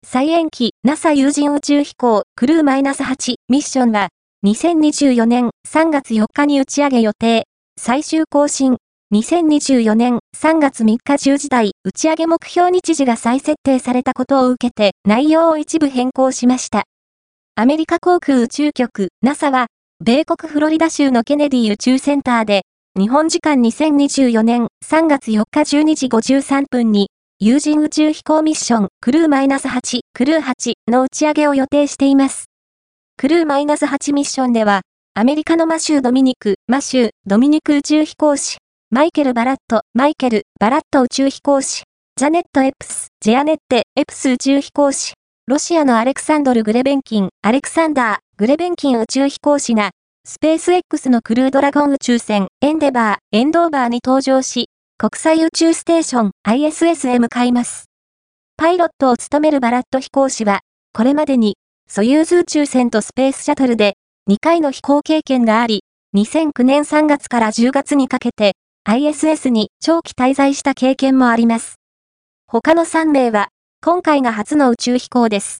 再延期 NASA 有人宇宙飛行クルー -8 ミッションは2024年3月4日に打ち上げ予定。最終更新2024年3月3日10時台打ち上げ目標日時が再設定されたことを受けて内容を一部変更しました。アメリカ航空宇宙局 NASA は米国フロリダ州のケネディ宇宙センターで日本時間2024年3月4日12時53分に有人宇宙飛行ミッションクルー -8 クルー8の打ち上げを予定しています。クルー -8 ミッションではアメリカのマシュー・ドミニク宇宙飛行士、マイケル・バラット宇宙飛行士、ジャネット・エプス宇宙飛行士、ロシアのアレクサンダー・グレベンキン宇宙飛行士が、スペース X のクルードラゴン宇宙船、エンドーバーに搭乗し、国際宇宙ステーション ISS へ向かいます。パイロットを務めるバラット飛行士は、これまでに、ソユーズ宇宙船とスペースシャトルで、2回の飛行経験があり、2009年3月から10月にかけて、ISS に長期滞在した経験もあります。他の3名は、今回が初の宇宙飛行です。